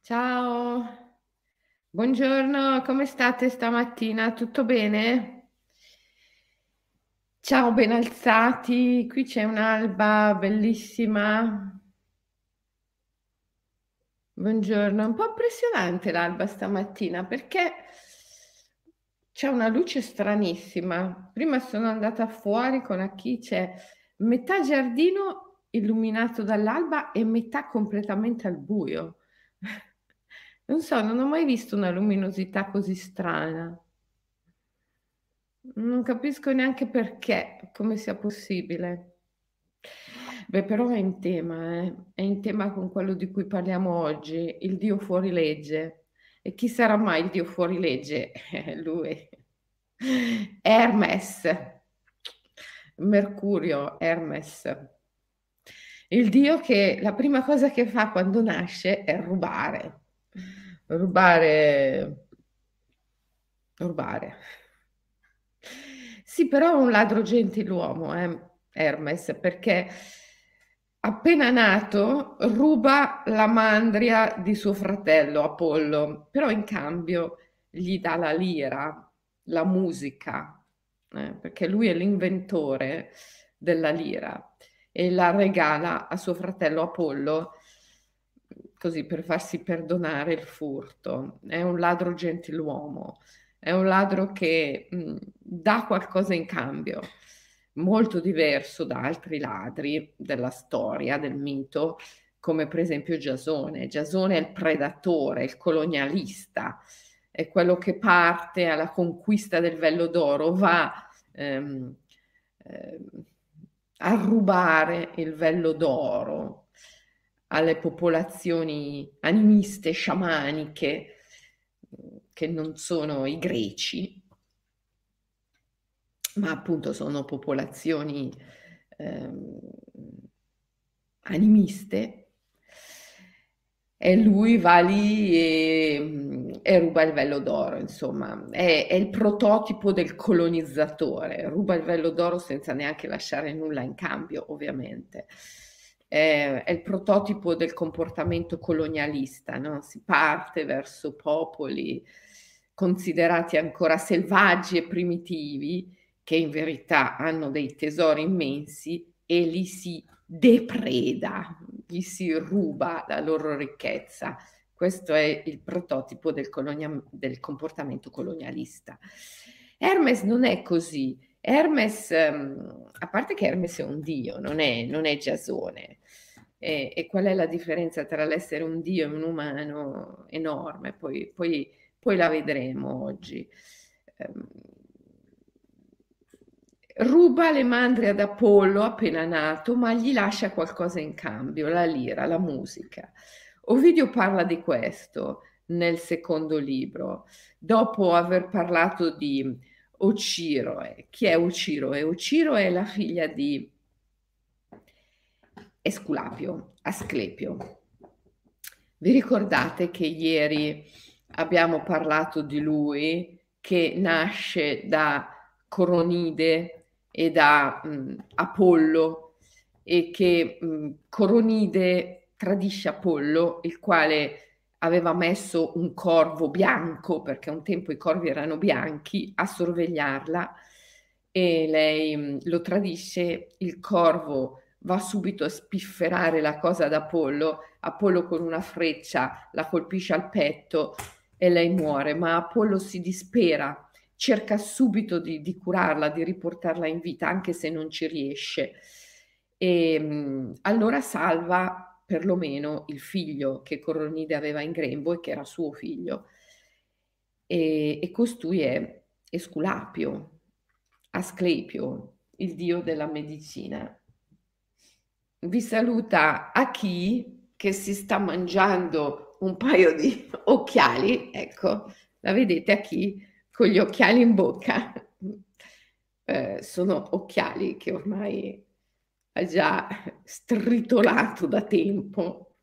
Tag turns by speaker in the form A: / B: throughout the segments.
A: Ciao, buongiorno, come state stamattina? Tutto bene? Ciao, ben alzati, qui c'è un'alba bellissima. Buongiorno, è un po' impressionante l'alba stamattina perché c'è una luce stranissima. Prima sono andata fuori con Aki, c'è metà giardino illuminato dall'alba e metà completamente al buio. Non so, non ho mai visto una luminosità così strana. Non capisco neanche perché, come sia possibile. Beh, però è in tema, è in tema con quello di cui parliamo oggi, il Dio fuorilegge. E chi sarà mai il Dio fuorilegge? Lui. Hermes, Mercurio, Hermes. Il Dio che la prima cosa che fa quando nasce è rubare. Rubare, rubare. Sì, però è un ladro gentiluomo, Hermes, perché appena nato ruba la mandria di suo fratello Apollo, però in cambio gli dà la lira, la musica, perché lui è l'inventore della lira e la regala a suo fratello Apollo così per farsi perdonare il furto. È un ladro gentiluomo, è un ladro che dà qualcosa in cambio, molto diverso da altri ladri della storia, del mito, come per esempio Giasone. Giasone è il predatore, il colonialista, è quello che parte alla conquista del Vello d'Oro, va ehm, ehm, a rubare il Vello d'Oro alle popolazioni animiste, sciamaniche, che non sono i greci, ma appunto sono popolazioni ehm, animiste. E lui va lì e ruba il vello d'oro, insomma, è il prototipo del colonizzatore, ruba il vello d'oro senza neanche lasciare nulla in cambio, ovviamente. È il prototipo del comportamento colonialista, no? Si parte verso popoli considerati ancora selvaggi e primitivi, che in verità hanno dei tesori immensi e li si depreda, gli si ruba la loro ricchezza. Questo è il prototipo del comportamento colonialista. Hermes non è così. Hermes, a parte che Hermes è un dio, non è Giasone. E qual è la differenza tra l'essere un dio e un umano? Enorme, poi la vedremo oggi. Ehm, Ruba le mandrie ad Apollo appena nato, ma gli lascia qualcosa in cambio, la lira, la musica. Ovidio parla di questo nel secondo libro, dopo aver parlato di Ociroe. Chi è Ociroe? Ociroe è la figlia di Esculapio, Asclepio. Vi ricordate che ieri abbiamo parlato di lui che nasce da Coronide e da Apollo e che Coronide tradisce Apollo, il quale aveva messo un corvo bianco, perché un tempo i corvi erano bianchi, a sorvegliarla e lei lo tradisce, il corvo va subito a spifferare la cosa ad Apollo, Apollo con una freccia la colpisce al petto e lei muore, ma Apollo si dispera, cerca subito di curarla, di riportarla in vita, anche se non ci riesce. E allora salva perlomeno il figlio che Coronide aveva in grembo e che era suo figlio. E costui è Esculapio, Asclepio, il dio della medicina. Vi saluta Aki che si sta mangiando un paio di occhiali, ecco, la vedete Aki con gli occhiali in bocca. Sono occhiali che ormai ha già stritolato da tempo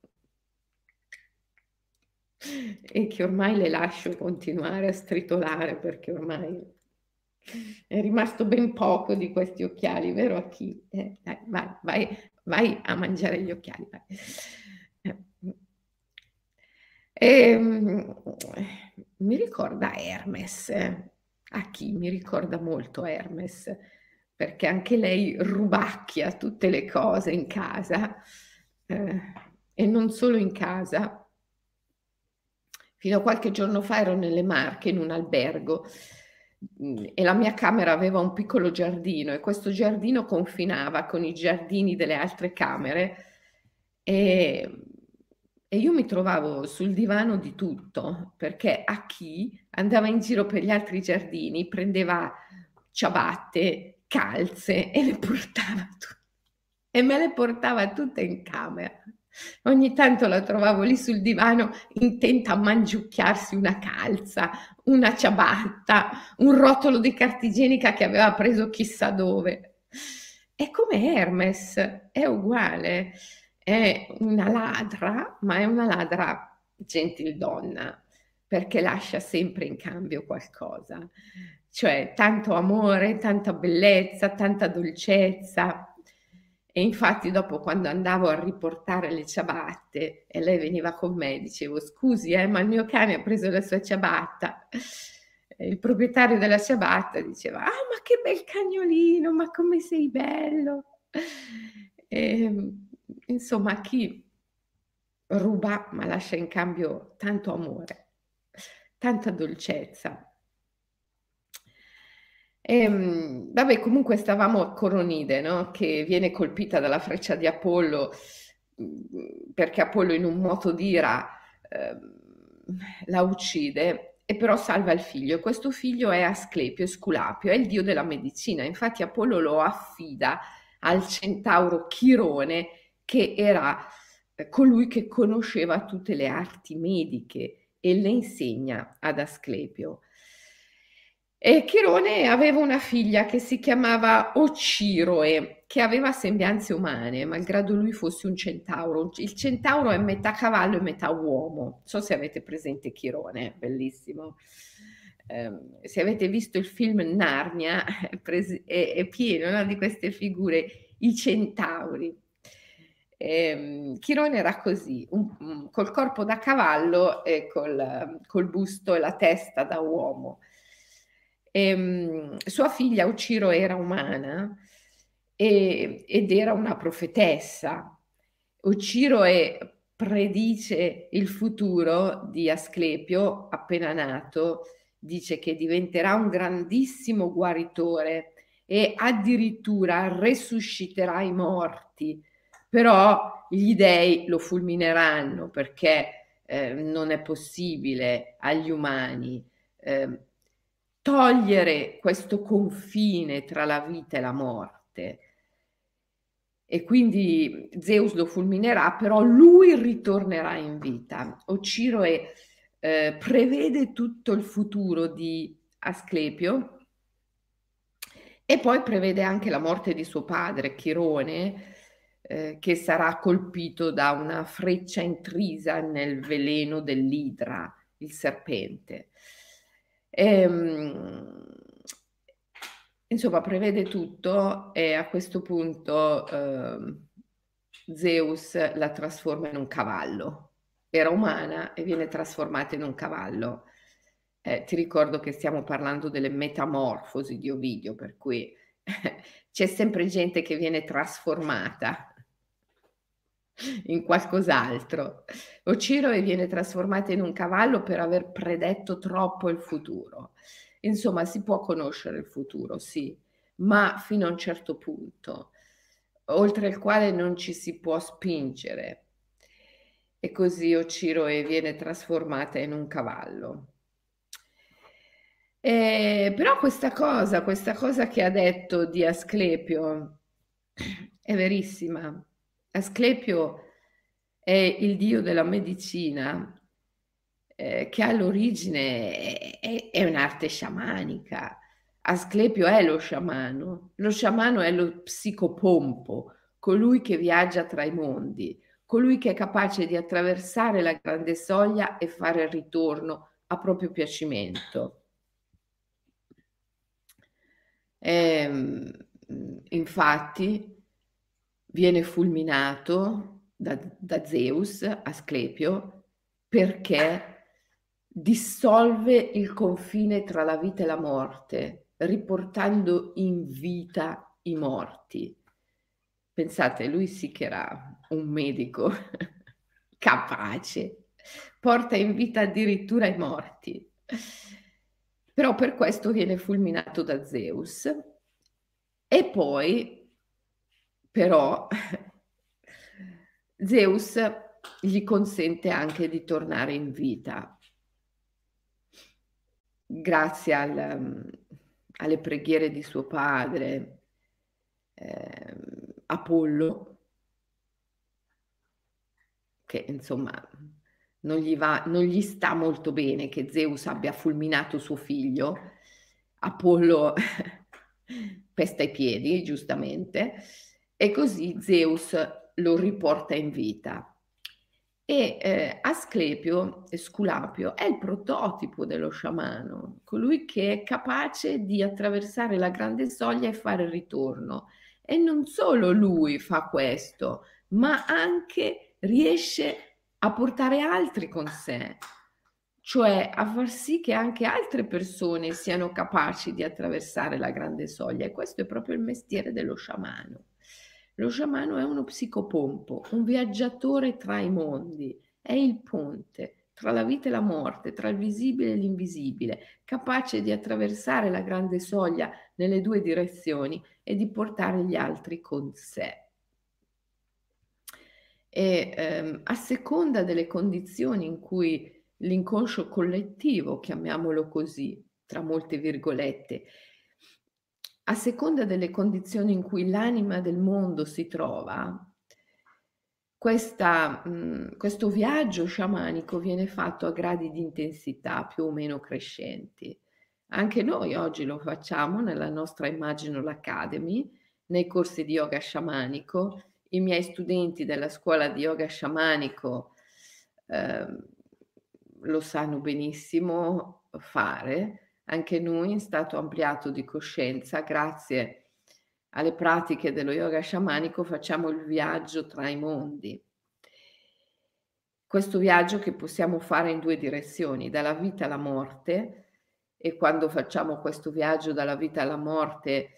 A: e che ormai le lascio continuare a stritolare perché ormai è rimasto ben poco di questi occhiali, vero Aki? Dai, vai a mangiare gli occhiali. Vai. Ehm, Mi ricorda Hermes. A chi? Mi ricorda molto Hermes, perché anche lei rubacchia tutte le cose in casa, e non solo in casa. Fino a qualche giorno fa ero nelle Marche in un albergo, e la mia camera aveva un piccolo giardino e questo giardino confinava con i giardini delle altre camere, e e io mi trovavo sul divano di tutto, perché a chi andava in giro per gli altri giardini, prendeva ciabatte, calze e le portava e me le portava tutte in camera. Ogni tanto la trovavo lì sul divano intenta a mangiucchiarsi una calza, una ciabatta, un rotolo di carta igienica che aveva preso chissà dove. È come Hermes, è uguale, è una ladra, ma è una ladra gentildonna, perché lascia sempre in cambio qualcosa, cioè tanto amore, tanta bellezza, tanta dolcezza. E infatti dopo, quando andavo a riportare le ciabatte e lei veniva con me, dicevo: "Scusi ma il mio cane ha preso la sua ciabatta". E il proprietario della ciabatta diceva: "Ah, ma che bel cagnolino, ma come sei bello". Insomma, chi ruba ma lascia in cambio tanto amore, tanta dolcezza. Vabbè, comunque stavamo a Coronide, no, che viene colpita dalla freccia di Apollo, perché Apollo in un moto d'ira, ehm, la uccide e però salva il figlio. E questo figlio è Asclepio, Esculapio, è il dio della medicina. Infatti Apollo lo affida al centauro Chirone, che era colui che conosceva tutte le arti mediche e le insegna ad Asclepio. E Chirone aveva una figlia che si chiamava Ociroe, che aveva sembianze umane, malgrado lui fosse un centauro. Il centauro è metà cavallo e metà uomo. Non so se avete presente Chirone, bellissimo. Se avete visto il film Narnia, è pieno, no, di queste figure, i centauri. Chirone era così, col corpo da cavallo e col busto e la testa da uomo. Sua figlia Ociro era umana ed era una profetessa. Occiroe predice il futuro di Asclepio appena nato, dice che diventerà un grandissimo guaritore e addirittura resusciterà i morti, però gli dei lo fulmineranno perché non è possibile agli umani eh, togliere questo confine tra la vita e la morte. E quindi Zeus lo fulminerà, però lui ritornerà in vita. Ociroe prevede tutto il futuro di Asclepio e poi prevede anche la morte di suo padre, Chirone, che sarà colpito da una freccia intrisa nel veleno dell'idra, il serpente. Ehm, insomma, prevede tutto e a questo punto Zeus la trasforma in un cavallo. Era umana e viene trasformata in un cavallo. Ti ricordo che stiamo parlando delle metamorfosi di Ovidio, per cui c'è sempre gente che viene trasformata in qualcos'altro. Ociroe viene trasformata in un cavallo per aver predetto troppo il futuro. Insomma, si può conoscere il futuro, sì, ma fino a un certo punto, oltre il quale non ci si può spingere. E così Ociroe viene trasformata in un cavallo. Però questa cosa che ha detto di Asclepio è verissima. Asclepio è il dio della medicina, che all'origine è un'arte sciamanica. Asclepio è lo sciamano è lo psicopompo, colui che viaggia tra i mondi, colui che è capace di attraversare la grande soglia e fare il ritorno a proprio piacimento. Infatti viene fulminato da Zeus, Asclepio, perché dissolve il confine tra la vita e la morte, riportando in vita i morti. Pensate, lui sì che era un medico capace, porta in vita addirittura i morti. Però per questo viene fulminato da Zeus e poi però Zeus gli consente anche di tornare in vita grazie alle preghiere di suo padre, Apollo, che insomma non gli sta molto bene che Zeus abbia fulminato suo figlio. Apollo pesta i piedi, giustamente, e così Zeus lo riporta in vita. E Esculapio è il prototipo dello sciamano, colui che è capace di attraversare la grande soglia e fare il ritorno. E non solo lui fa questo, ma anche riesce a portare altri con sé, cioè a far sì che anche altre persone siano capaci di attraversare la grande soglia. E questo è proprio il mestiere dello sciamano. Lo sciamano è uno psicopompo, un viaggiatore tra i mondi, è il ponte tra la vita e la morte, tra il visibile e l'invisibile, capace di attraversare la grande soglia nelle due direzioni e di portare gli altri con sé. E a seconda delle condizioni in cui l'inconscio collettivo, chiamiamolo così, tra molte virgolette, a seconda delle condizioni in cui l'anima del mondo si trova, questo viaggio sciamanico viene fatto a gradi di intensità più o meno crescenti. Anche noi oggi lo facciamo nella nostra Imaginal Academy, nei corsi di yoga sciamanico. I miei studenti della scuola di yoga sciamanico lo sanno benissimo fare. Anche noi in stato ampliato di coscienza, grazie alle pratiche dello yoga sciamanico, facciamo il viaggio tra i mondi. Questo viaggio che possiamo fare in due direzioni, dalla vita alla morte, e quando facciamo questo viaggio dalla vita alla morte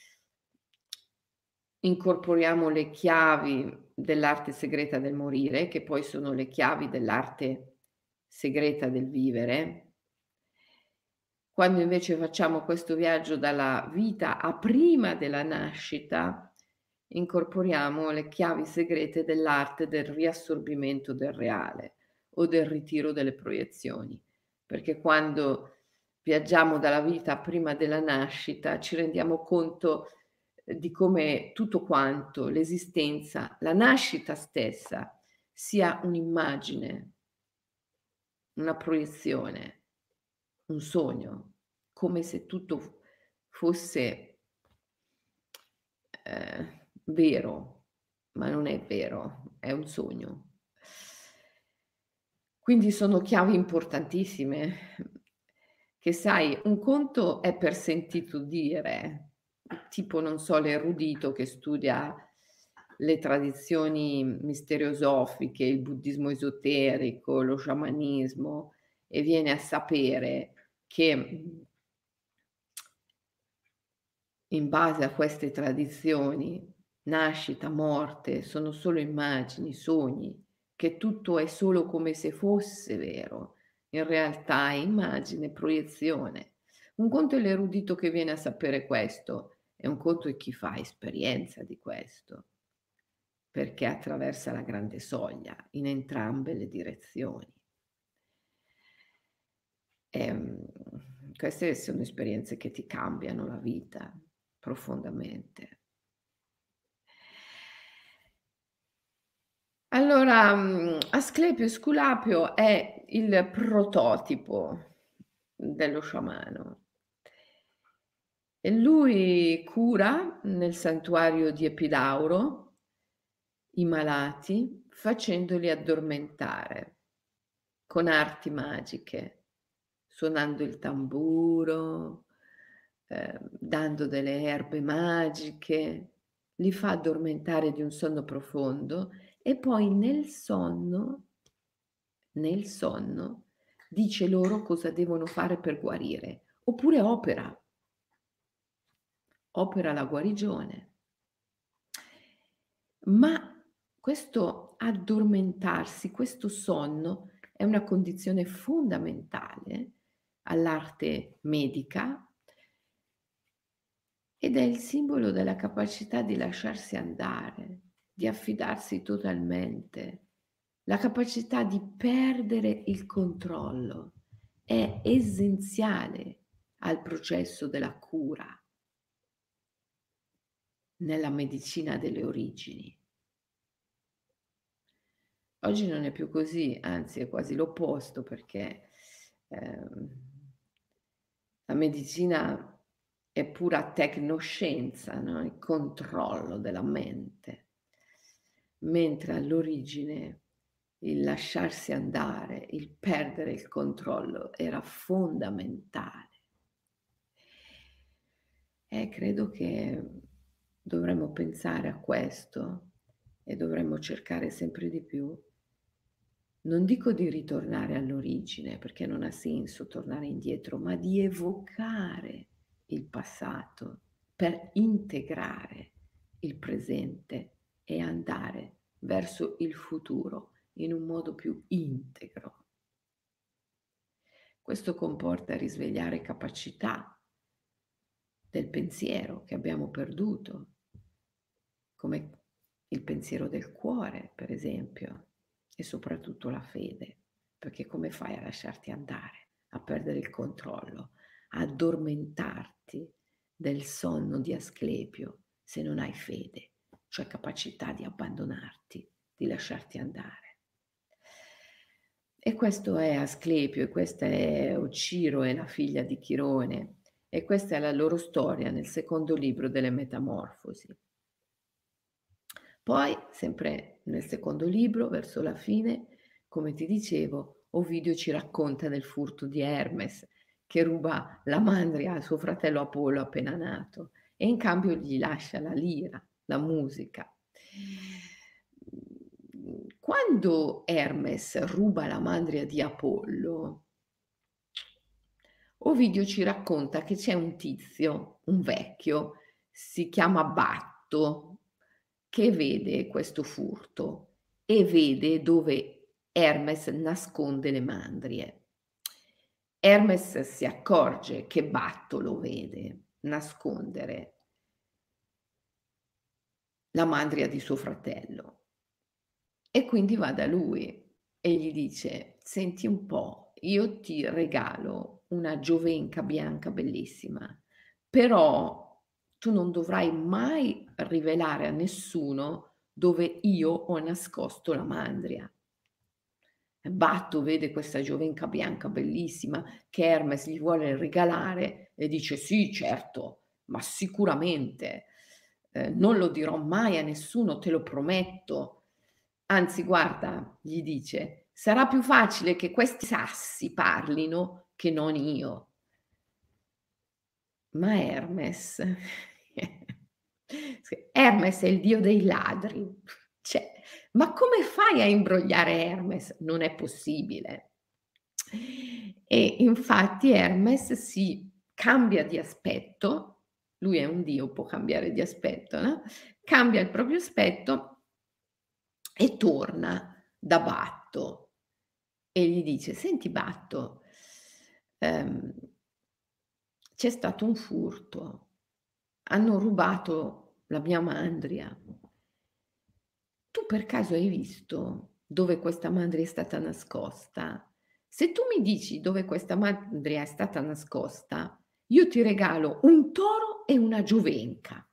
A: incorporiamo le chiavi dell'arte segreta del morire, che poi sono le chiavi dell'arte segreta del vivere. Quando invece facciamo questo viaggio dalla vita a prima della nascita, incorporiamo le chiavi segrete dell'arte del riassorbimento del reale o del ritiro delle proiezioni, perché quando viaggiamo dalla vita prima della nascita ci rendiamo conto di come tutto quanto, l'esistenza, la nascita stessa, sia un'immagine, una proiezione, un sogno, come se tutto fosse vero, ma non è vero, è un sogno. Quindi sono chiavi importantissime che sai, un conto è per sentito dire, tipo non so l'erudito che studia le tradizioni misteriosofiche, il buddismo esoterico, lo sciamanismo e viene a sapere che in base a queste tradizioni, nascita, morte sono solo immagini, sogni, che tutto è solo come se fosse vero, in realtà è immagine, proiezione. Un conto è l'erudito che viene a sapere questo e un conto è chi fa esperienza di questo, perché attraversa la grande soglia in entrambe le direzioni. Queste sono esperienze che ti cambiano la vita profondamente. Allora, Asclepio Esculapio è il prototipo dello sciamano e lui cura nel santuario di Epidauro i malati facendoli addormentare con arti magiche, suonando il tamburo, dando delle erbe magiche, li fa addormentare di un sonno profondo e poi nel sonno nel sonno, dice loro cosa devono fare per guarire, oppure opera la guarigione. Ma questo addormentarsi, questo sonno è una condizione fondamentale all'arte medica ed è il simbolo della capacità di lasciarsi andare, di affidarsi totalmente, la capacità di perdere il controllo. È essenziale al processo della cura nella medicina delle origini. Oggi non è più così, anzi è quasi l'opposto perché, la medicina è pura tecnoscienza, no, il controllo della mente, mentre all'origine il lasciarsi andare, il perdere il controllo era fondamentale. Credo che dovremmo pensare a questo e dovremmo cercare sempre di più. Non dico di ritornare all'origine, perché non ha senso tornare indietro, ma di evocare il passato per integrare il presente e andare verso il futuro in un modo più integro. Questo comporta risvegliare capacità del pensiero che abbiamo perduto, come il pensiero del cuore, per esempio, e soprattutto la fede, perché come fai a lasciarti andare, a perdere il controllo, a addormentarti del sonno di Asclepio se non hai fede, cioè capacità di abbandonarti, di lasciarti andare. E questo è Asclepio, e questa è Ociro, è la figlia di Chirone, e questa è la loro storia nel secondo libro delle Metamorfosi. Poi, sempre nel secondo libro, verso la fine, come ti dicevo, Ovidio ci racconta del furto di Hermes, che ruba la mandria a suo fratello Apollo appena nato e in cambio gli lascia la lira, la musica. Quando Hermes ruba la mandria di Apollo, Ovidio ci racconta che c'è un tizio, un vecchio, si chiama Batto, che vede questo furto e vede dove Hermes nasconde le mandrie. Hermes si accorge che Batto lo vede nascondere la mandria di suo fratello e quindi va da lui e gli dice: senti un po', io ti regalo una giovenca bianca bellissima, però tu non dovrai mai rivelare a nessuno dove io ho nascosto la mandria. Batto vede questa giovenca bianca bellissima che Hermes gli vuole regalare e dice: sì, certo, ma sicuramente, non lo dirò mai a nessuno, te lo prometto. Anzi, guarda, gli dice, sarà più facile che questi sassi parlino che non io. Ma Hermes Hermes è il dio dei ladri. Cioè, ma come fai a imbrogliare Hermes? Non è possibile. E infatti Hermes si cambia di aspetto, lui è un dio, può cambiare di aspetto, no, cambia il proprio aspetto e torna da Batto e gli dice: "Senti Batto, ehm, c'è stato un furto, hanno rubato la mia mandria. Tu per caso hai visto dove questa mandria è stata nascosta? Se tu mi dici dove questa mandria è stata nascosta, io ti regalo un toro e una giovenca."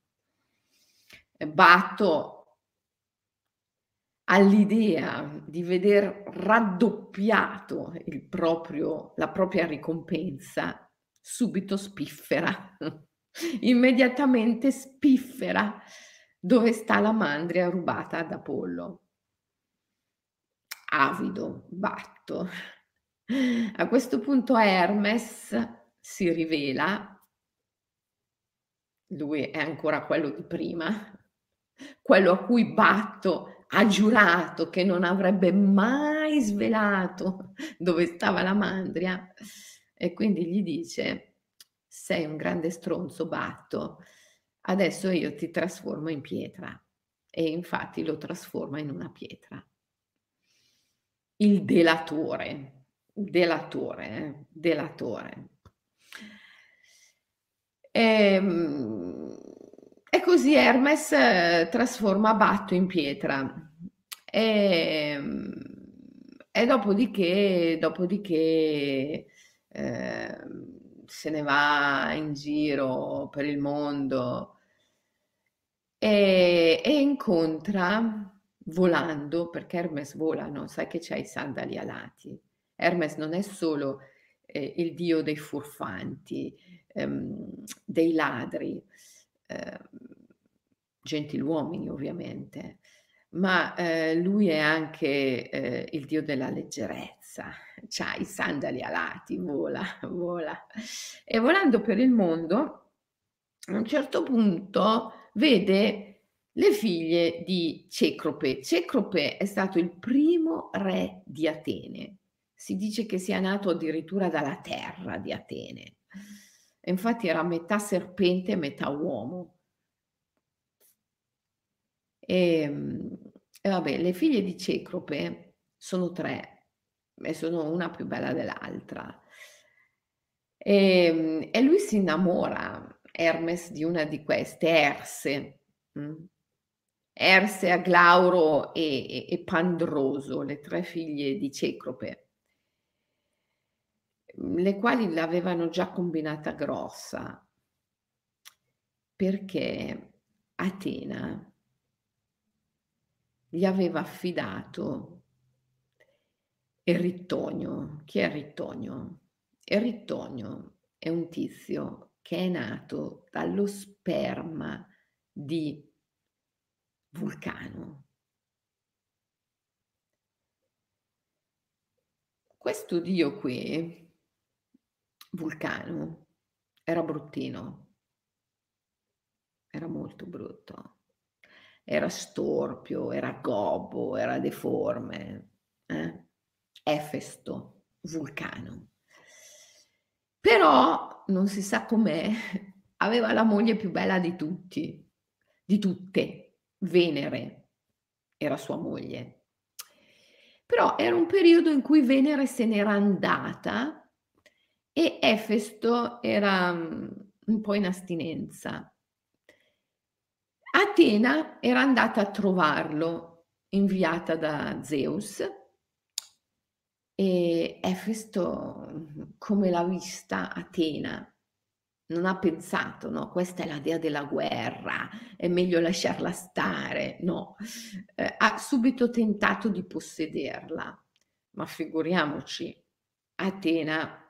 A: Batto all'idea di veder raddoppiato la propria ricompensa, subito spiffera, immediatamente spiffera dove sta la mandria rubata ad Apollo. Avido, Batto. A questo punto Hermes si rivela, lui è ancora quello di prima, quello a cui Batto ha giurato che non avrebbe mai svelato dove stava la mandria e quindi gli dice: "Sei un grande stronzo, Batto, adesso io ti trasformo in pietra." E infatti lo trasforma in una pietra. Il delatore. Ehm, e così Hermes trasforma Batto in pietra. Ehm, e dopodiché, se ne va in giro per il mondo e incontra volando, perché Hermes vola, no, sai che c'ha i sandali alati. Hermes non è solo, il dio dei furfanti, dei ladri, ehm, gentiluomini ovviamente, ma, lui è anche, il dio della leggerezza. C'ha i sandali alati, vola, vola. E volando per il mondo, a un certo punto vede le figlie di Cecrope. Cecrope è stato il primo re di Atene. Si dice che sia nato addirittura dalla terra di Atene. E infatti era metà serpente e metà uomo. Ehm, e vabbè, le figlie di Cecrope sono 3 e sono una più bella dell'altra. E lui si innamora, Hermes, di una di queste, Erse, Erse, Aglauro e Pandroso, le 3 figlie di Cecrope, le quali l'avevano già combinata grossa, perché Atena gli aveva affidato Erittonio. Chi è Erittonio? Erittonio è un tizio che è nato dallo sperma di Vulcano. Questo dio qui, Vulcano, era bruttino, era molto brutto. Era storpio, era gobbo, era deforme, Efesto, Vulcano. Però, non si sa com'è, aveva la moglie più bella di tutti, di tutte, Venere era sua moglie. Però era un periodo in cui Venere se n'era andata e Efesto era, un po' in astinenza. Atena era andata a trovarlo, inviata da Zeus, e Efesto, come l'ha vista Atena, non ha pensato, no, questa è la dea della guerra, è meglio lasciarla stare, no, ha subito tentato di possederla, ma figuriamoci, Atena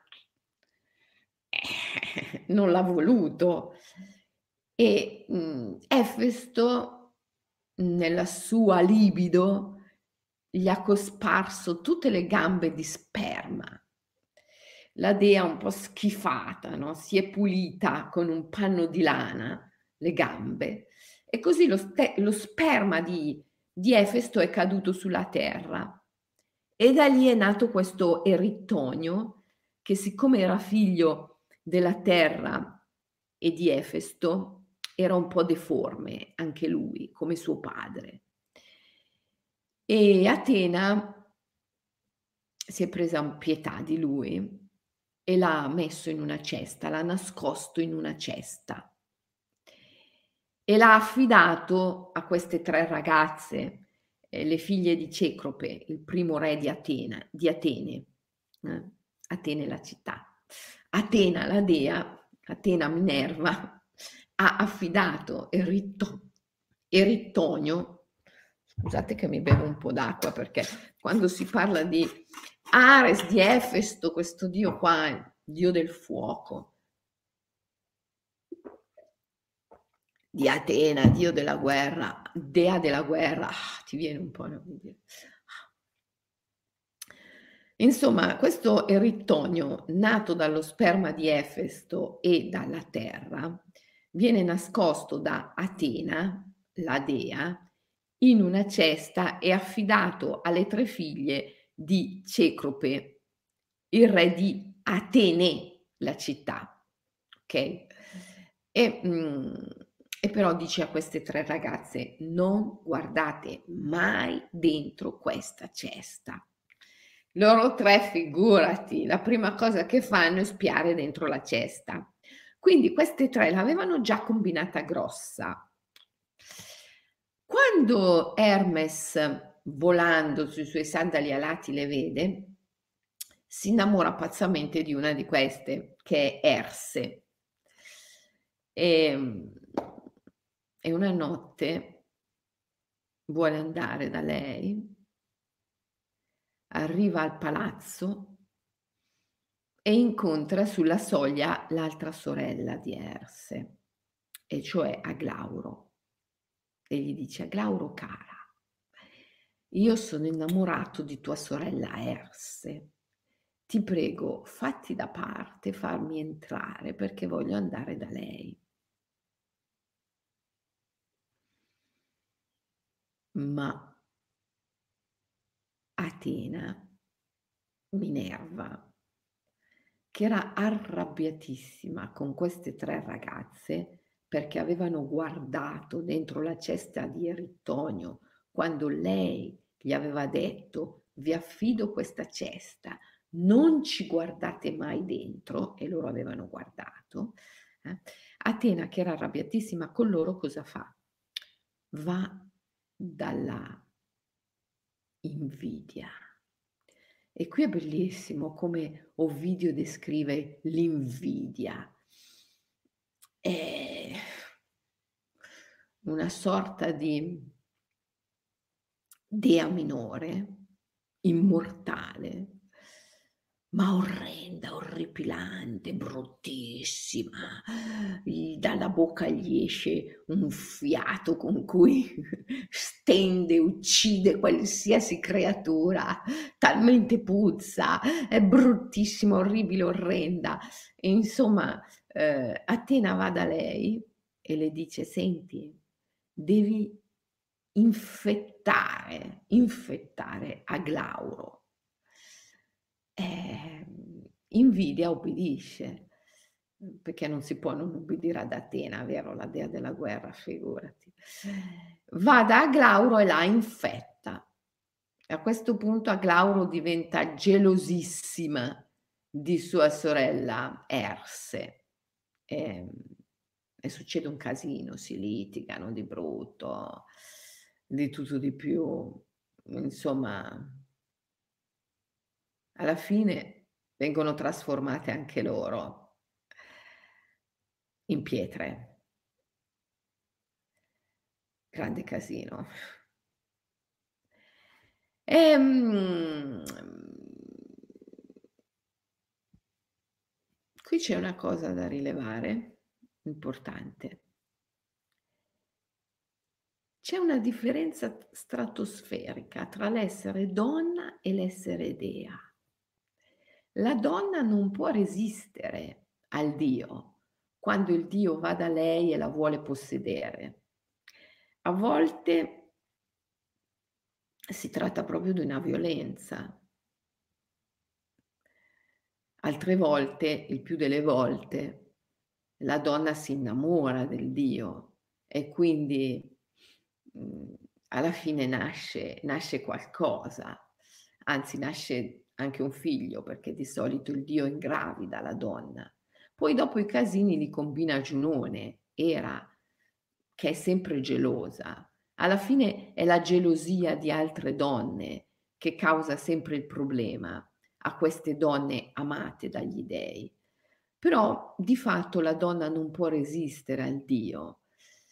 A: non l'ha voluto e, Efesto nella sua libido gli ha cosparso tutte le gambe di sperma. La dea un po' schifata, no, si è pulita con un panno di lana le gambe e così lo sperma di Efesto è caduto sulla terra e da lì è nato questo Erittonio che, siccome era figlio della terra e di Efesto, era un po' deforme anche lui, come suo padre. E Atena si è presa pietà di lui e l'ha messo in una cesta, l'ha nascosto in una cesta e l'ha affidato a queste 3 ragazze, le figlie di Cecrope, il primo re di Atene, Atene la città. Atena la dea, Atena Minerva, ha affidato Erittonio, scusate che mi bevo un po' d'acqua perché quando si parla di Ares, di Efesto, questo dio qua, il dio del fuoco, di Atena, dio della guerra, dea della guerra, ti viene un po', no? Insomma, questo Erittonio, nato dallo sperma di Efesto e dalla terra, viene nascosto da Atena, la dea, in una cesta e affidato alle 3 figlie di Cecrope, il re di Atene, la città, okay? E, e però dice a queste 3 ragazze: "Non guardate mai dentro questa cesta". Loro 3 figurati, la prima cosa che fanno è spiare dentro la cesta. Quindi queste 3 l'avevano già combinata grossa. Quando Hermes, volando sui suoi sandali alati, le vede, si innamora pazzamente di una di queste, che è Erse. Ehm, e una notte vuole andare da lei, arriva al palazzo e incontra sulla soglia l'altra sorella di Erse, e cioè Aglauro, e gli dice: "Aglauro cara, io sono innamorato di tua sorella Erse. Ti prego, fatti da parte, farmi entrare perché voglio andare da lei". Ma Atena, Minerva, che era arrabbiatissima con queste 3 ragazze perché avevano guardato dentro la cesta di Erittonio quando lei gli aveva detto: "Vi affido questa cesta, non ci guardate mai dentro", e loro avevano guardato, Atena, che era arrabbiatissima con loro, cosa fa? Va dalla invidia. E qui è bellissimo come Ovidio descrive l'invidia. È una sorta di dea minore, immortale, ma orrenda, orripilante, bruttissima. Dalla bocca gli esce un fiato con cui stende, uccide qualsiasi creatura, talmente puzza, è bruttissima, orribile, orrenda. E insomma, Atena va da lei e le dice: "Senti, devi infettare Aglauro". Invidia obbedisce, perché non si può non obbedire ad Atena, vero, la dea della guerra, figurati. Va da Aglauro e la infetta. E a questo punto Aglauro diventa gelosissima di sua sorella Erse, ehm, e succede un casino, si litigano di brutto, di tutto di più. Insomma, alla fine vengono trasformate anche loro in pietre. Grande casino. Ehm, Qui c'è una cosa da rilevare, importante. C'è una differenza stratosferica tra l'essere donna e l'essere dea. La donna non può resistere al Dio quando il Dio va da lei e la vuole possedere. A volte si tratta proprio di una violenza. Altre volte, il più delle volte, la donna si innamora del Dio e quindi, mhmm, alla fine nasce qualcosa, anzi nasce anche un figlio, perché di solito il Dio ingravida la donna. Poi dopo i casini li combina Giunone, Era, che è sempre gelosa. Alla fine è la gelosia di altre donne che causa sempre il problema a queste donne amate dagli dèi. Però di fatto la donna non può resistere al Dio.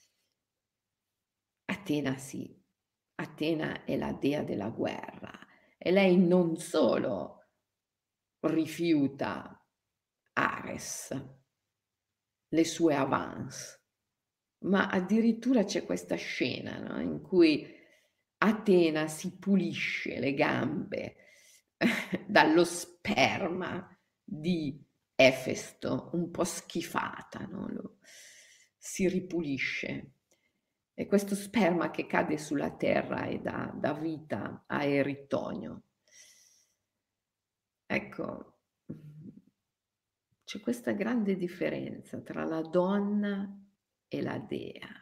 A: Atena sì, Atena è la dea della guerra e lei non solo rifiuta Ares, le sue avance, ma addirittura c'è questa scena, no, in cui Atena si pulisce le gambe dallo sperma di Efesto, un po' schifata, no, si ripulisce e questo sperma che cade sulla terra e dà vita a eritonio. Ecco, c'è questa grande differenza tra la donna e la dea.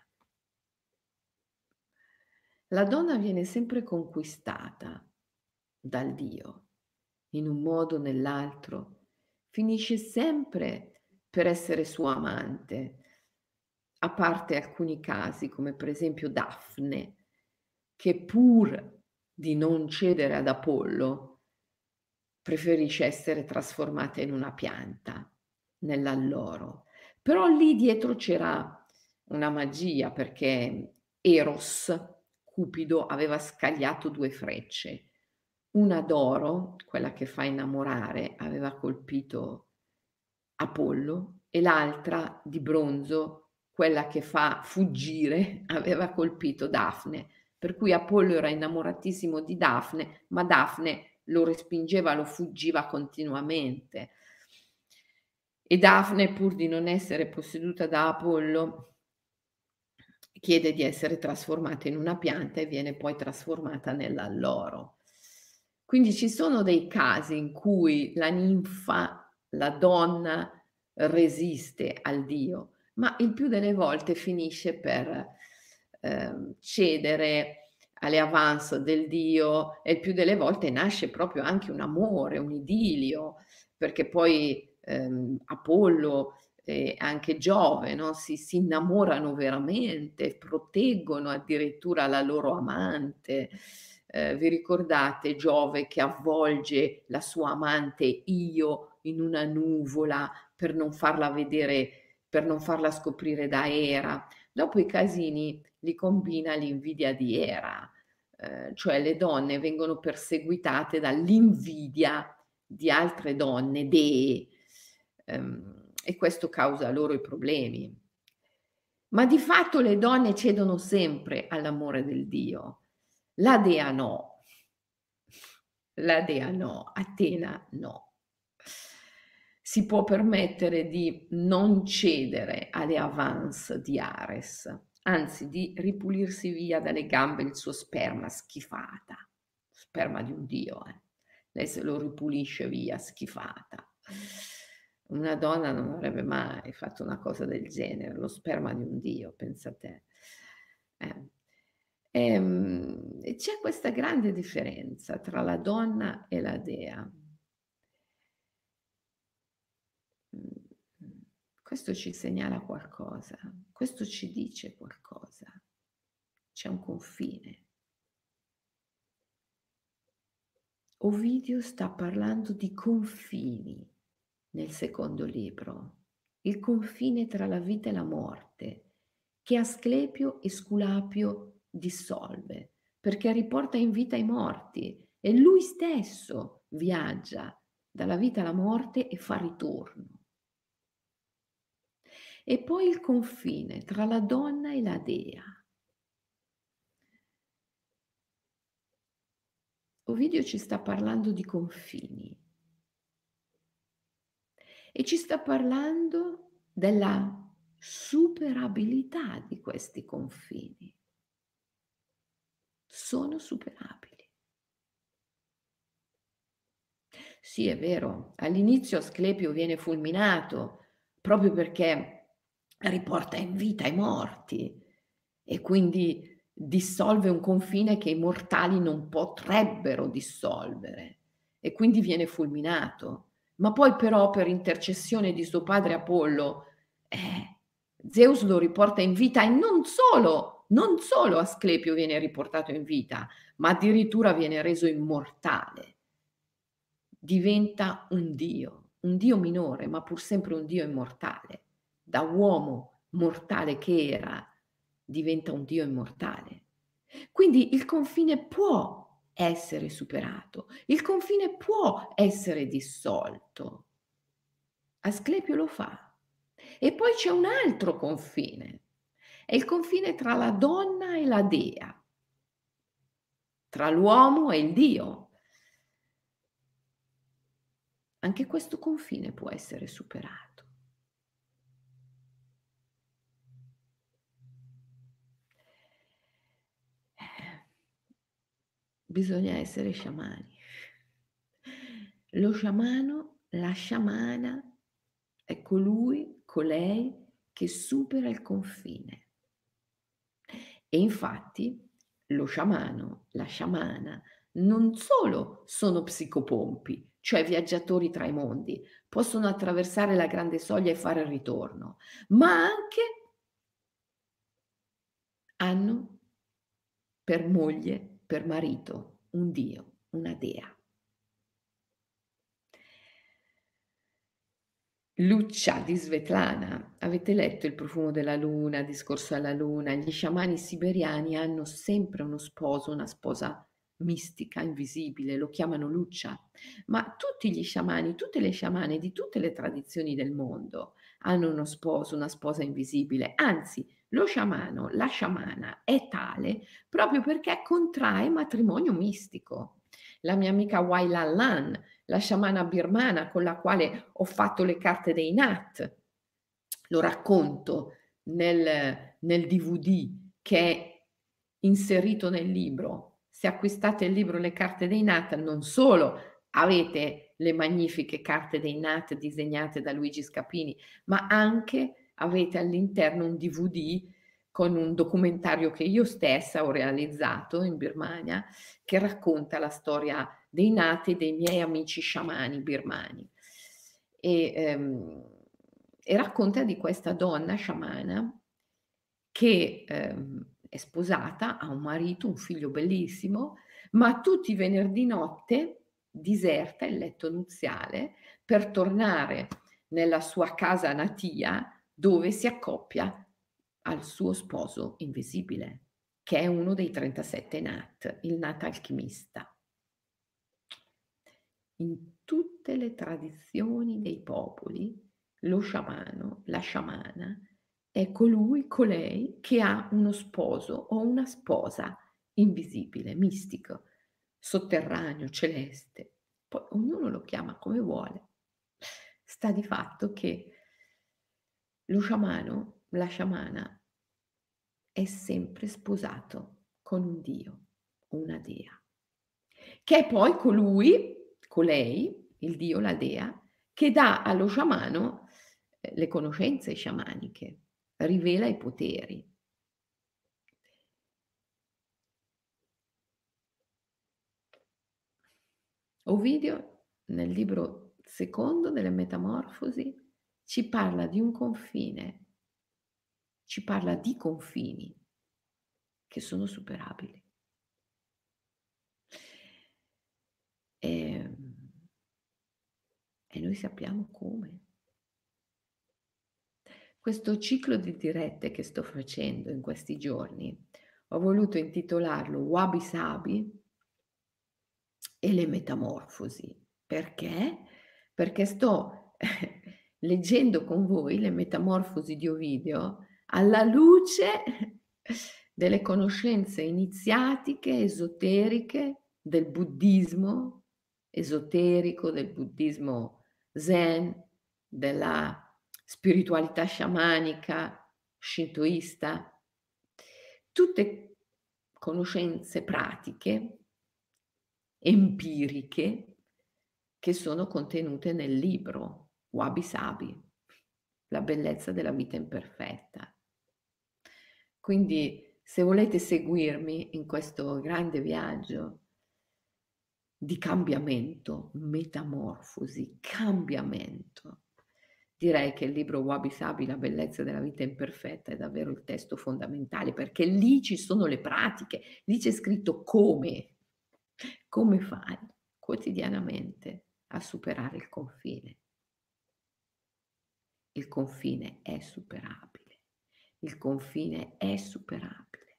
A: La donna viene sempre conquistata dal Dio, in un modo o nell'altro, finisce sempre per essere suo amante, a parte alcuni casi, come per esempio Dafne, che pur di non cedere ad Apollo, preferisce essere trasformata in una pianta, nell'alloro. Però lì dietro c'era una magia, perché Eros, Cupido, aveva scagliato 2 frecce. Una d'oro, quella che fa innamorare, aveva colpito Apollo, e l'altra di bronzo, quella che fa fuggire, aveva colpito Dafne. Per cui Apollo era innamoratissimo di Dafne, ma Dafne lo respingeva, lo fuggiva continuamente. E Dafne, pur di non essere posseduta da Apollo, chiede di essere trasformata in una pianta e viene poi trasformata nell'alloro. Quindi ci sono dei casi in cui la ninfa, la donna, resiste al dio, ma il più delle volte finisce per cedere alle avance del dio, e il più delle volte nasce proprio anche un amore, un idilio, perché poi Apollo e anche Giove, no, si innamorano veramente, proteggono addirittura la loro amante. Vi ricordate Giove che avvolge la sua amante Io in una nuvola per non farla vedere, per non farla scoprire da Era? Dopo i casini li combina l'invidia di Era, cioè le donne vengono perseguitate dall'invidia di altre donne, dee, e questo causa loro i problemi. Ma di fatto le donne cedono sempre all'amore del Dio. La dea no. La dea no, Atena no. Si può permettere di non cedere alle avance di Ares, anzi di ripulirsi via dalle gambe il suo sperma, schifata. Sperma di un dio, eh. Lei se lo ripulisce via, schifata. Una donna non avrebbe mai fatto una cosa del genere, lo sperma di un dio, pensa te. Eh. E c'è questa grande differenza tra la donna e la dea. Questo ci segnala qualcosa, questo ci dice qualcosa. C'è un confine. Ovidio sta parlando di confini nel secondo libro, il confine tra la vita e la morte, che Asclepio e Sculapio dissolve, perché riporta in vita i morti e lui stesso viaggia dalla vita alla morte e fa ritorno. E poi il confine tra la donna e la dea. Ovidio ci sta parlando di confini e ci sta parlando della superabilità di questi confini. Sono superabili. Sì, è vero, all'inizio Asclepio viene fulminato proprio perché riporta in vita i morti e quindi dissolve un confine che i mortali non potrebbero dissolvere e quindi viene fulminato. Ma poi però per intercessione di suo padre Apollo, Zeus lo riporta in vita e non solo Asclepio viene riportato in vita, ma addirittura viene reso immortale. Diventa un dio minore, ma pur sempre un dio immortale. Da uomo mortale che era, diventa un dio immortale. Quindi il confine può essere superato, il confine può essere dissolto. Asclepio lo fa. E poi c'è un altro confine, è il confine tra la donna e la dea, tra l'uomo e il dio. Anche questo confine può essere superato. bisogna essere sciamani. Lo sciamano, la sciamana è colui, colei che supera il confine. E infatti lo sciamano, la sciamana, non solo sono psicopompi, cioè viaggiatori tra i mondi, possono attraversare la grande soglia e fare il ritorno, ma anche hanno per moglie, per marito, un dio, una dea. Lucia di Svetlana, avete letto Il profumo della luna, Discorso alla luna? Gli sciamani siberiani hanno sempre uno sposo, una sposa mistica, invisibile, lo chiamano Lucia, ma tutti gli sciamani, tutte le sciamane di tutte le tradizioni del mondo hanno uno sposo, una sposa invisibile, anzi lo sciamano, la sciamana è tale proprio perché contrae matrimonio mistico. La mia amica Waila Lan, la sciamana birmana con la quale ho fatto le carte dei Nat. Lo racconto nel DVD che è inserito nel libro. Se acquistate il libro Le carte dei Nat, non solo avete le magnifiche carte dei Nat disegnate da Luigi Scapini, ma anche avete all'interno un DVD con un documentario che io stessa ho realizzato in Birmania, che racconta la storia dei Nat e dei miei amici sciamani birmani. E racconta di questa donna sciamana che è sposata, ha un marito, un figlio bellissimo, ma tutti i venerdì notte diserta il letto nuziale per tornare nella sua casa natia dove si accoppia al suo sposo invisibile, che è uno dei 37 Nat, il Nat alchimista. In tutte le tradizioni dei popoli, lo sciamano, la sciamana, è colui, colei che ha uno sposo o una sposa invisibile, mistico, sotterraneo, celeste. Poi ognuno lo chiama come vuole. Sta di fatto che lo sciamano, la sciamana, è sempre sposato con un dio o una dea, che è poi colui, colei, il dio, la dea, che dà allo sciamano le conoscenze sciamaniche, rivela i poteri. Ovidio, nel libro secondo delle Metamorfosi, ci parla di un confine, ci parla di confini che sono superabili. E noi sappiamo come. Questo ciclo di dirette che sto facendo in questi giorni, ho voluto intitolarlo Wabi Sabi e le metamorfosi. Perché? Perché sto leggendo con voi le metamorfosi di Ovidio alla luce delle conoscenze iniziatiche, esoteriche del buddismo esoterico, del buddismo zen, della spiritualità sciamanica, shintoista, tutte conoscenze pratiche, empiriche, che sono contenute nel libro Wabi Sabi, la bellezza della vita imperfetta. Quindi, se volete seguirmi in questo grande viaggio di cambiamento, metamorfosi, cambiamento, direi che il libro Wabi Sabi, la bellezza della vita imperfetta, è davvero il testo fondamentale, perché lì ci sono le pratiche, lì c'è scritto come fai quotidianamente a superare il confine. Il confine è superabile. Il confine è superabile.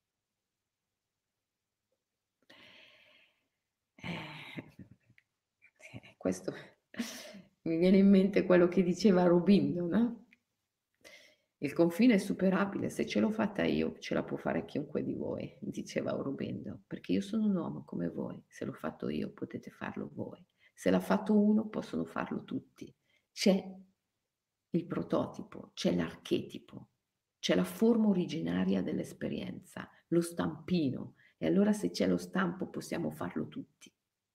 A: Questo mi viene in mente quello che diceva Aurobindo, no? Il confine è superabile, se ce l'ho fatta io, ce la può fare chiunque di voi, diceva Aurobindo, perché io sono un uomo come voi, se l'ho fatto io potete farlo voi, se l'ha fatto uno possono farlo tutti. C'è il prototipo, c'è l'archetipo, c'è la forma originaria dell'esperienza, lo stampino E allora se c'è lo stampo possiamo farlo tutti.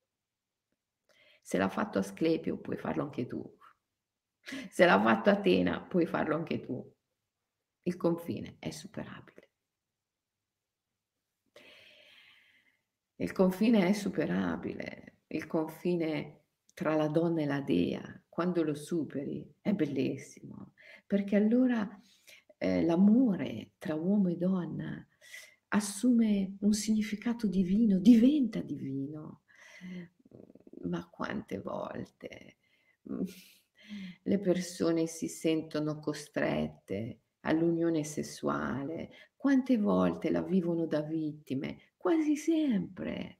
A: Se l'ha fatto Asclepio puoi farlo anche tu. Se l'ha fatto Atena puoi farlo anche tu. Il confine è superabile. Il confine è superabile, il confine tra la donna e la dea, quando lo superi è bellissimo, perché allora, l'amore tra uomo e donna assume un significato divino, diventa divino. Ma quante volte, mhmm, le persone si sentono costrette all'unione sessuale, quante volte la vivono da vittime, quasi sempre.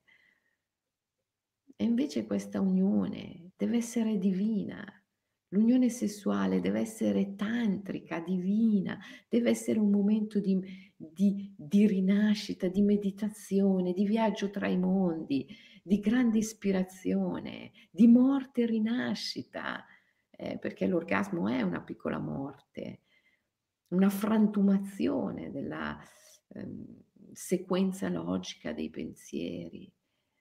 A: E invece questa unione deve essere divina. L'unione sessuale deve essere tantrica, divina, deve essere un momento di rinascita, di meditazione, di viaggio tra i mondi, di grande ispirazione, di morte e rinascita, perché l'orgasmo è una piccola morte, una frantumazione della, sequenza logica dei pensieri,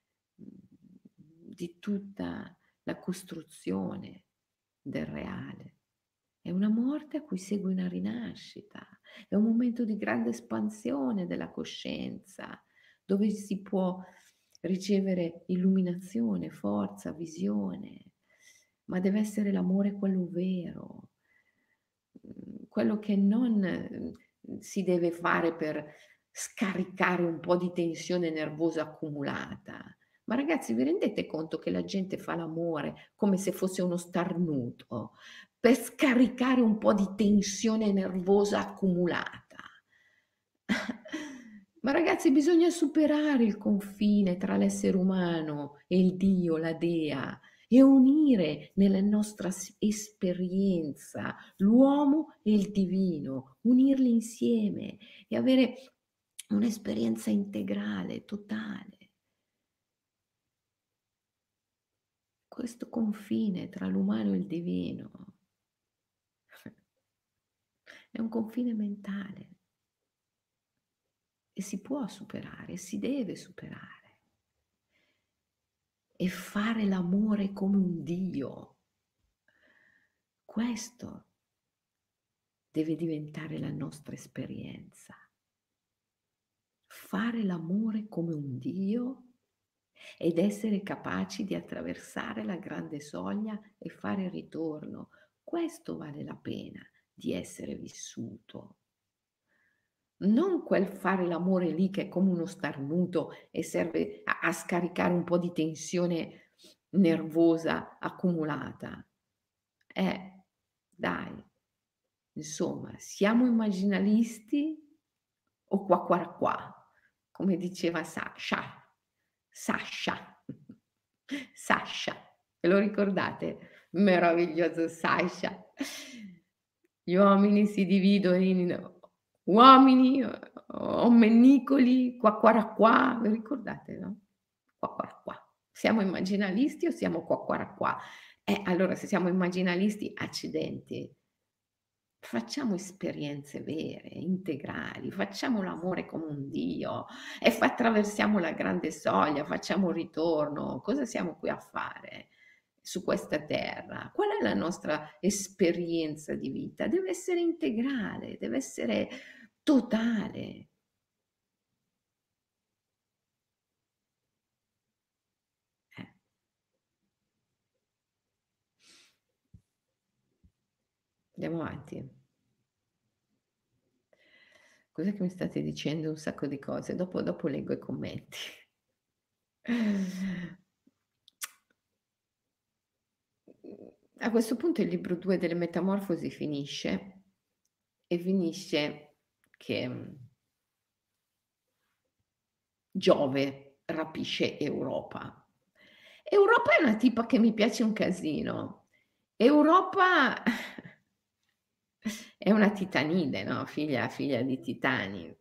A: di tutta la costruzione del reale. È una morte a cui segue una rinascita, è un momento di grande espansione della coscienza, dove si può ricevere illuminazione, forza, visione, ma deve essere l'amore quello vero, quello che non, si deve fare per scaricare un po' di tensione nervosa accumulata. Ma ragazzi, vi rendete conto che la gente fa l'amore come se fosse uno starnuto, per scaricare un po' di tensione nervosa accumulata? Ma ragazzi, bisogna superare il confine tra l'essere umano e il Dio, la Dea, e unire nella nostra esperienza l'uomo e il divino, unirli insieme e avere un'esperienza integrale, totale. Questo confine tra l'umano e il divino è un confine mentale e si può superare, si deve superare e fare l'amore come un Dio. Questo deve diventare la nostra esperienza. Fare l'amore come un Dio ed essere capaci di attraversare la grande soglia e fare il ritorno. Questo vale la pena di essere vissuto. Non quel fare l'amore lì che è come uno starnuto e serve a scaricare un po' di tensione nervosa accumulata. Dai, insomma, siamo immaginalisti o qua qua qua, come diceva Sasha, Sasha, ve lo ricordate? Meraviglioso Sasha. Gli uomini si dividono in uomini, ommennicoli, qua, vi ricordate, no? Qua. Siamo immaginalisti o siamo qua? Allora se siamo immaginalisti, accidenti. Facciamo esperienze vere, integrali, facciamo l'amore come un Dio e attraversiamo la grande soglia, facciamo un ritorno. Cosa siamo qui a fare su questa terra? Qual è la nostra esperienza di vita? Deve essere integrale, deve essere totale. Eh. Andiamo avanti. Cos'è che mi state dicendo? Un sacco di cose. Dopo leggo i commenti. A questo punto il libro 2 delle Metamorfosi finisce e finisce che Giove rapisce Europa. Europa è una tipa che mi piace un casino. Europa è una titanide, no, figlia di titani,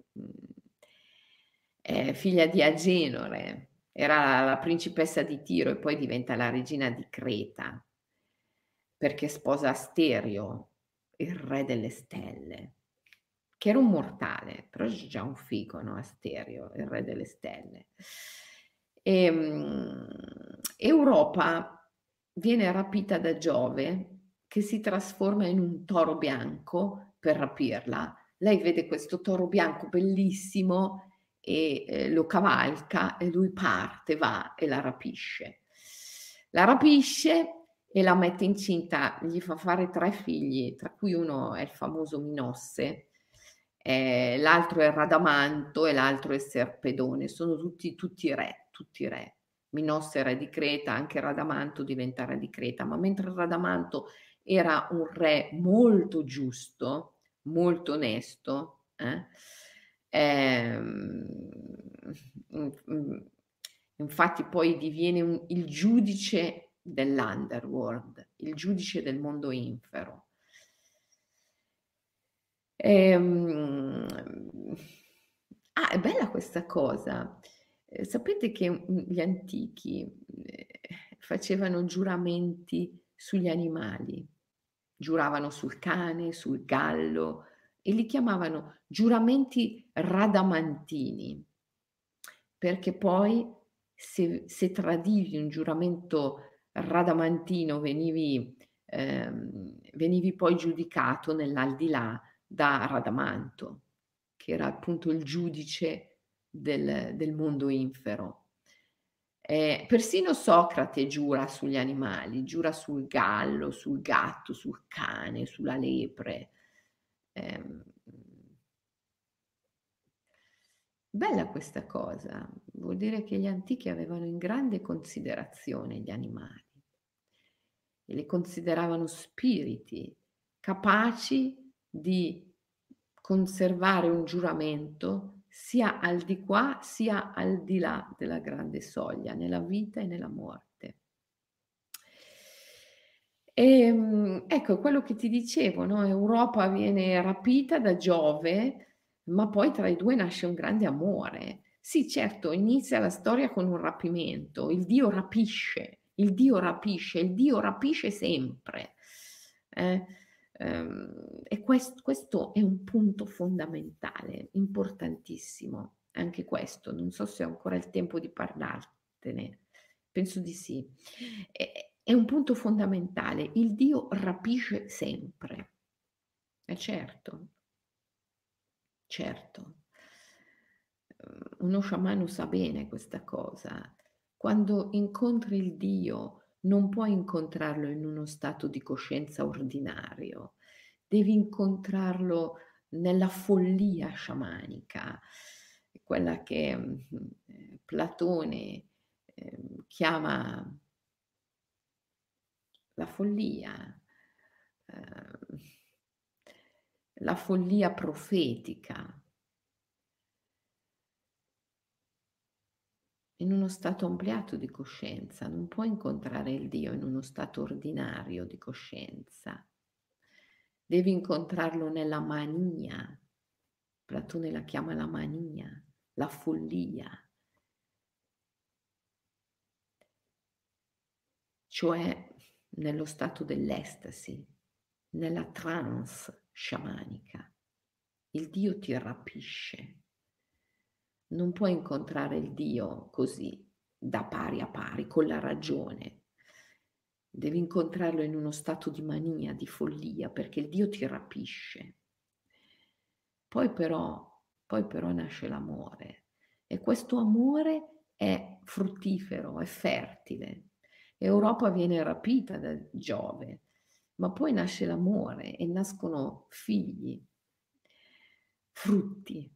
A: è figlia di Agenore, era la principessa di Tiro e poi diventa la regina di Creta, perché sposa Asterio, il re delle stelle. che era un mortale, però c'è già un figo, no, Asterio, il re delle stelle. Europa viene rapita da Giove, che si trasforma in un toro bianco per rapirla. Lei vede questo toro bianco bellissimo e lo cavalca e lui parte, va e la rapisce. La rapisce e la mette incinta, gli fa fare 3 figli, tra cui uno è il famoso Minosse, l'altro è Radamanto e l'altro è Serpedone, sono tutti re, tutti re. Minosse re di Creta, anche Radamanto diventa re di Creta, ma mentre Radamanto era un re molto giusto, molto onesto, ehm, infatti poi diviene il giudice dell'underworld, il giudice del mondo infero. Ehm, è bella questa cosa. Sapete che, gli antichi, facevano giuramenti sugli animali, giuravano sul cane, sul gallo e li chiamavano giuramenti radamantini, perché poi se tradivi un giuramento radamantino venivi poi giudicato nell'aldilà da Radamanto, che era appunto il giudice del mondo infero. Persino Socrate giura sugli animali, giura sul gallo, sul gatto, sul cane, sulla lepre. Ehm, Bella questa cosa, vuol dire che gli antichi avevano in grande considerazione gli animali e li consideravano spiriti capaci di conservare un giuramento sia al di qua sia al di là della grande soglia, nella vita e nella morte. Ecco quello che ti dicevo, no, Europa viene rapita da Giove, ma poi tra i 2 nasce un grande amore. Sì, certo, inizia la storia con un rapimento, il dio rapisce, il dio rapisce, il dio rapisce sempre. Eh, e questo è un punto fondamentale, importantissimo, anche questo. Non so se ho ancora il tempo di parlartene, penso di sì. È un punto fondamentale, il dio rapisce sempre. Certo, certo. Uno sciamano sa bene questa cosa. Quando incontri il Dio, non puoi incontrarlo in uno stato di coscienza ordinario, devi incontrarlo nella follia sciamanica, quella che Platone chiama la follia, ehm, la follia profetica. In uno stato ampliato di coscienza, non puoi incontrare il Dio in uno stato ordinario di coscienza. Devi incontrarlo nella mania. Platone la chiama la mania, la follia, cioè nello stato dell'estasi, nella trance sciamanica. Il Dio ti rapisce. Non puoi incontrare il Dio così, da pari a pari, con la ragione. Devi incontrarlo in uno stato di mania, di follia, perché il Dio ti rapisce. Poi però nasce l'amore e questo amore è fruttifero, è fertile. Europa viene rapita da Giove, ma poi nasce l'amore e nascono figli, frutti.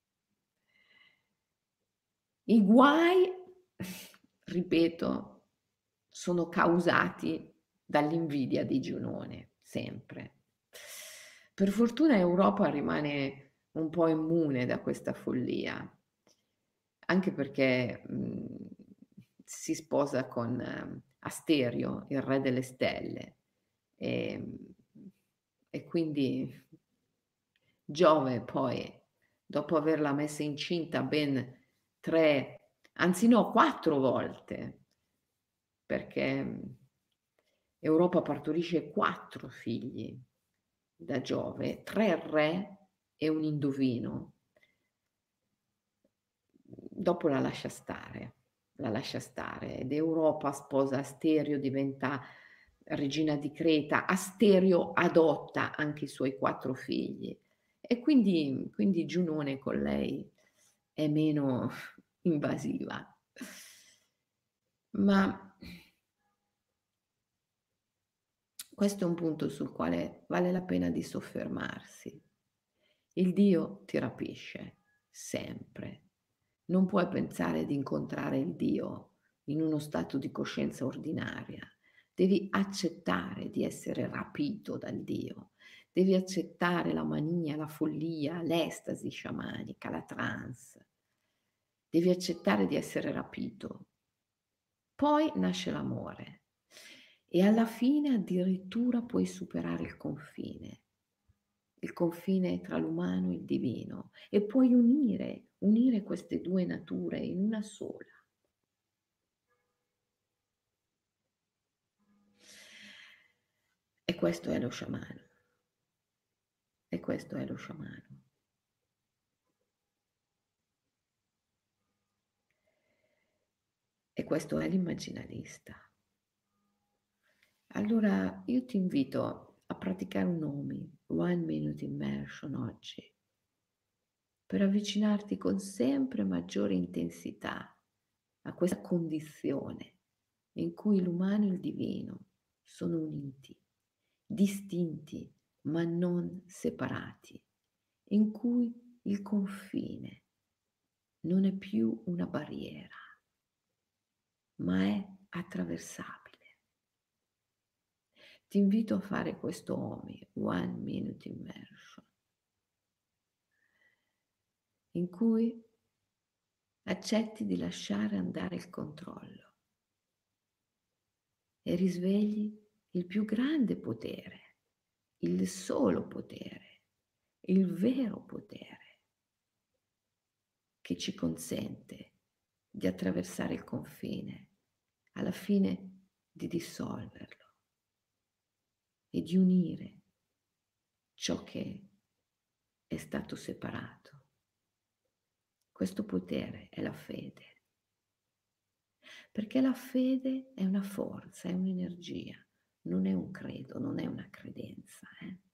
A: I guai, ripeto, sono causati dall'invidia di Giunone, sempre. Per fortuna Europa rimane un po' immune da questa follia, anche perché si sposa con Asterio, il re delle stelle, e, e quindi Giove poi, dopo averla messa incinta ben 3, anzi no, 4 volte, perché Europa partorisce 4 figli da Giove, 3 re e un indovino, dopo la lascia stare ed Europa sposa Asterio, diventa regina di Creta, Asterio adotta anche i suoi 4 figli e quindi Giunone con lei è meno invasiva. Ma questo è un punto sul quale vale la pena di soffermarsi. Il Dio ti rapisce, sempre. Non puoi pensare di incontrare il Dio in uno stato di coscienza ordinaria. Devi accettare di essere rapito dal Dio. Devi accettare la mania, la follia, l'estasi sciamanica, la trance. Devi accettare di essere rapito. Poi nasce l'amore e alla fine addirittura puoi superare il confine tra l'umano e il divino e puoi unire queste due nature in una sola. E questo è lo sciamano. E questo è lo sciamano. E questo è l'immaginalista. Allora io ti invito a praticare un OMI, One Minute Immersion oggi, per avvicinarti con sempre maggiore intensità a questa condizione in cui l'umano e il divino sono uniti, distinti ma non separati, in cui il confine non è più una barriera, ma è attraversabile. Ti invito a fare questo OMI, One Minute Immersion, in cui accetti di lasciare andare il controllo e risvegli il più grande potere, il solo potere, il vero potere che ci consente di attraversare il confine, alla fine di dissolverlo e di unire ciò che è stato separato. Questo potere è la fede, perché la fede è una forza, è un'energia, non è un credo, non è una credenza,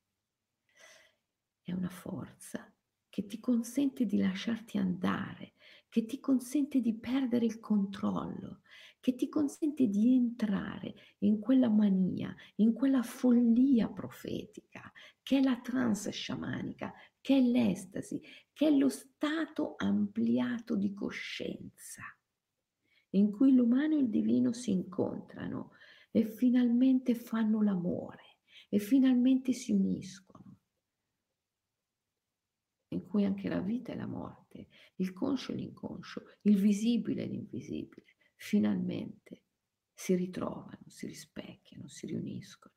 A: È una forza che ti consente di lasciarti andare, che ti consente di perdere il controllo, che ti consente di entrare in quella mania, in quella follia profetica, che è la trance sciamanica, che è l'estasi, che è lo stato ampliato di coscienza, in cui l'umano e il divino si incontrano e finalmente fanno l'amore e finalmente si uniscono, in cui anche la vita e la morte, il conscio e l'inconscio, il visibile e l'invisibile, finalmente si ritrovano, si rispecchiano, si riuniscono.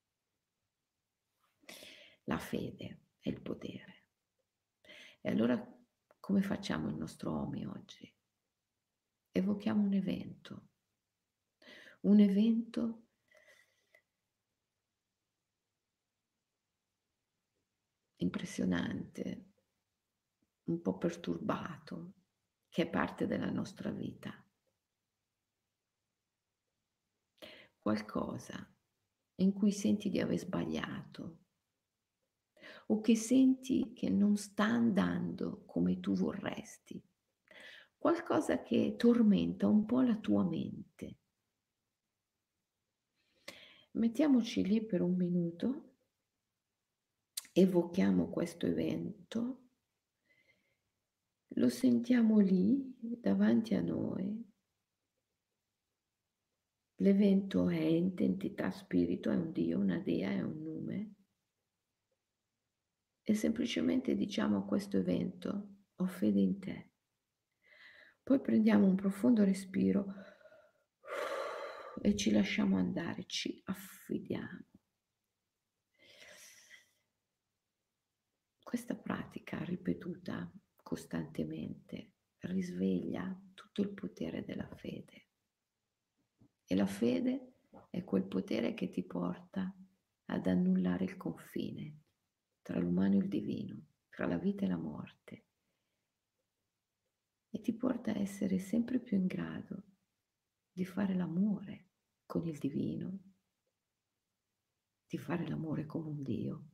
A: La fede è il potere. E allora come facciamo il nostro OMI oggi? Evochiamo un evento impressionante, un po' perturbato, che è parte della nostra vita. Qualcosa in cui senti di aver sbagliato o che senti che non sta andando come tu vorresti. Qualcosa che tormenta un po' la tua mente. Mettiamoci lì per un minuto, evochiamo questo evento, lo sentiamo lì davanti a noi. L'evento è ente, entità, spirito, è un Dio, una Dea, è un nome. E semplicemente diciamo a questo evento, ho fede in te. Poi prendiamo un profondo respiro e ci lasciamo andare, ci affidiamo. Questa pratica ripetuta costantemente risveglia tutto il potere della fede. E la fede è quel potere che ti porta ad annullare il confine tra l'umano e il divino, fra la vita e la morte e ti porta a essere sempre più in grado di fare l'amore con il divino, di fare l'amore con un Dio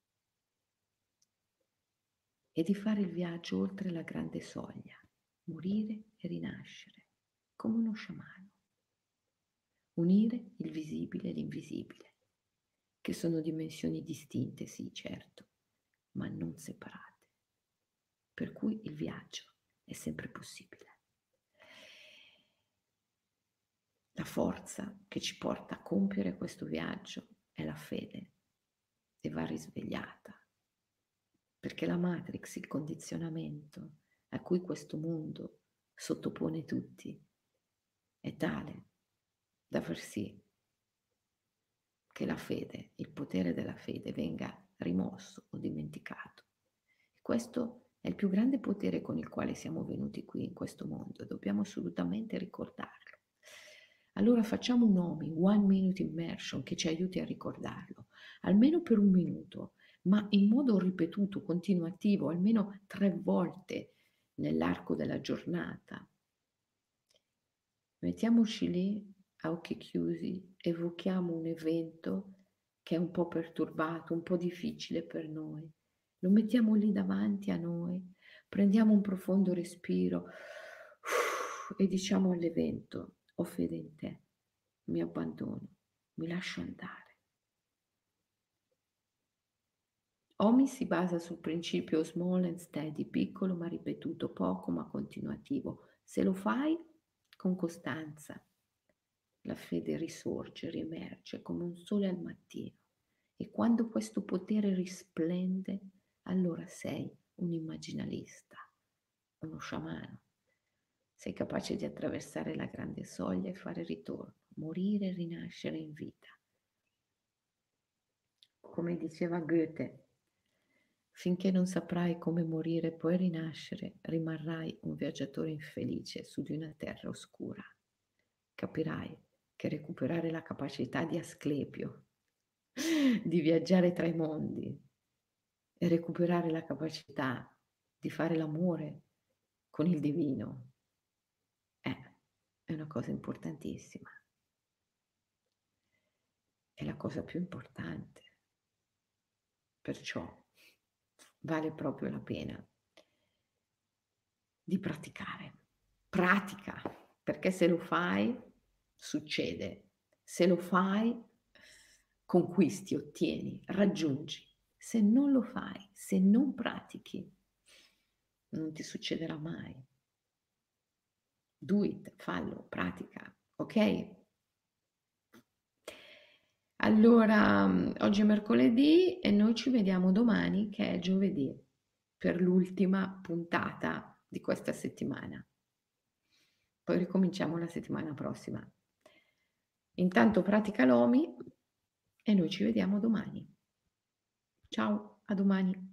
A: e di fare il viaggio oltre la grande soglia, morire e rinascere, come uno sciamano. Unire il visibile e l'invisibile, che sono dimensioni distinte, sì, certo, ma non separate. Per cui il viaggio è sempre possibile. La forza che ci porta a compiere questo viaggio è la fede e va risvegliata, perché la Matrix, il condizionamento a cui questo mondo sottopone tutti, è tale da far sì che la fede, il potere della fede venga rimosso o dimenticato. Questo è il più grande potere con il quale siamo venuti qui in questo mondo, dobbiamo assolutamente ricordarlo. Allora facciamo un OMI, One Minute Immersion, che ci aiuti a ricordarlo, almeno per un minuto, ma in modo ripetuto, continuativo, almeno 3 volte nell'arco della giornata. Mettiamoci lì a occhi chiusi, evochiamo un evento che è un po' perturbato, un po' difficile per noi. Lo mettiamo lì davanti a noi, prendiamo un profondo respiro e diciamo all'evento: ho fede in te, mi abbandono, mi lascio andare. OMI si basa sul principio small and steady, piccolo ma ripetuto, poco ma continuativo. Se lo fai con costanza, la fede risorge, riemerge come un sole al mattino e quando questo potere risplende, allora sei un immaginalista, uno sciamano. Sei capace di attraversare la grande soglia e fare ritorno, morire e rinascere in vita. Come diceva Goethe, finché non saprai come morire e poi rinascere, rimarrai un viaggiatore infelice su di una terra oscura. Capirai che recuperare la capacità di Asclepio, di viaggiare tra i mondi e recuperare la capacità di fare l'amore con il divino è una cosa importantissima. È la cosa più importante. Perciò vale proprio la pena di praticare. Pratica, perché se lo fai succede. Se lo fai conquisti, ottieni, raggiungi. Se non lo fai, se non pratichi, non ti succederà mai. Do it, fallo, pratica, ok? Allora, oggi è mercoledì e noi ci vediamo domani che è giovedì per l'ultima puntata di questa settimana. Poi ricominciamo la settimana prossima. Intanto pratica l'OMI e noi ci vediamo domani. Ciao, a domani.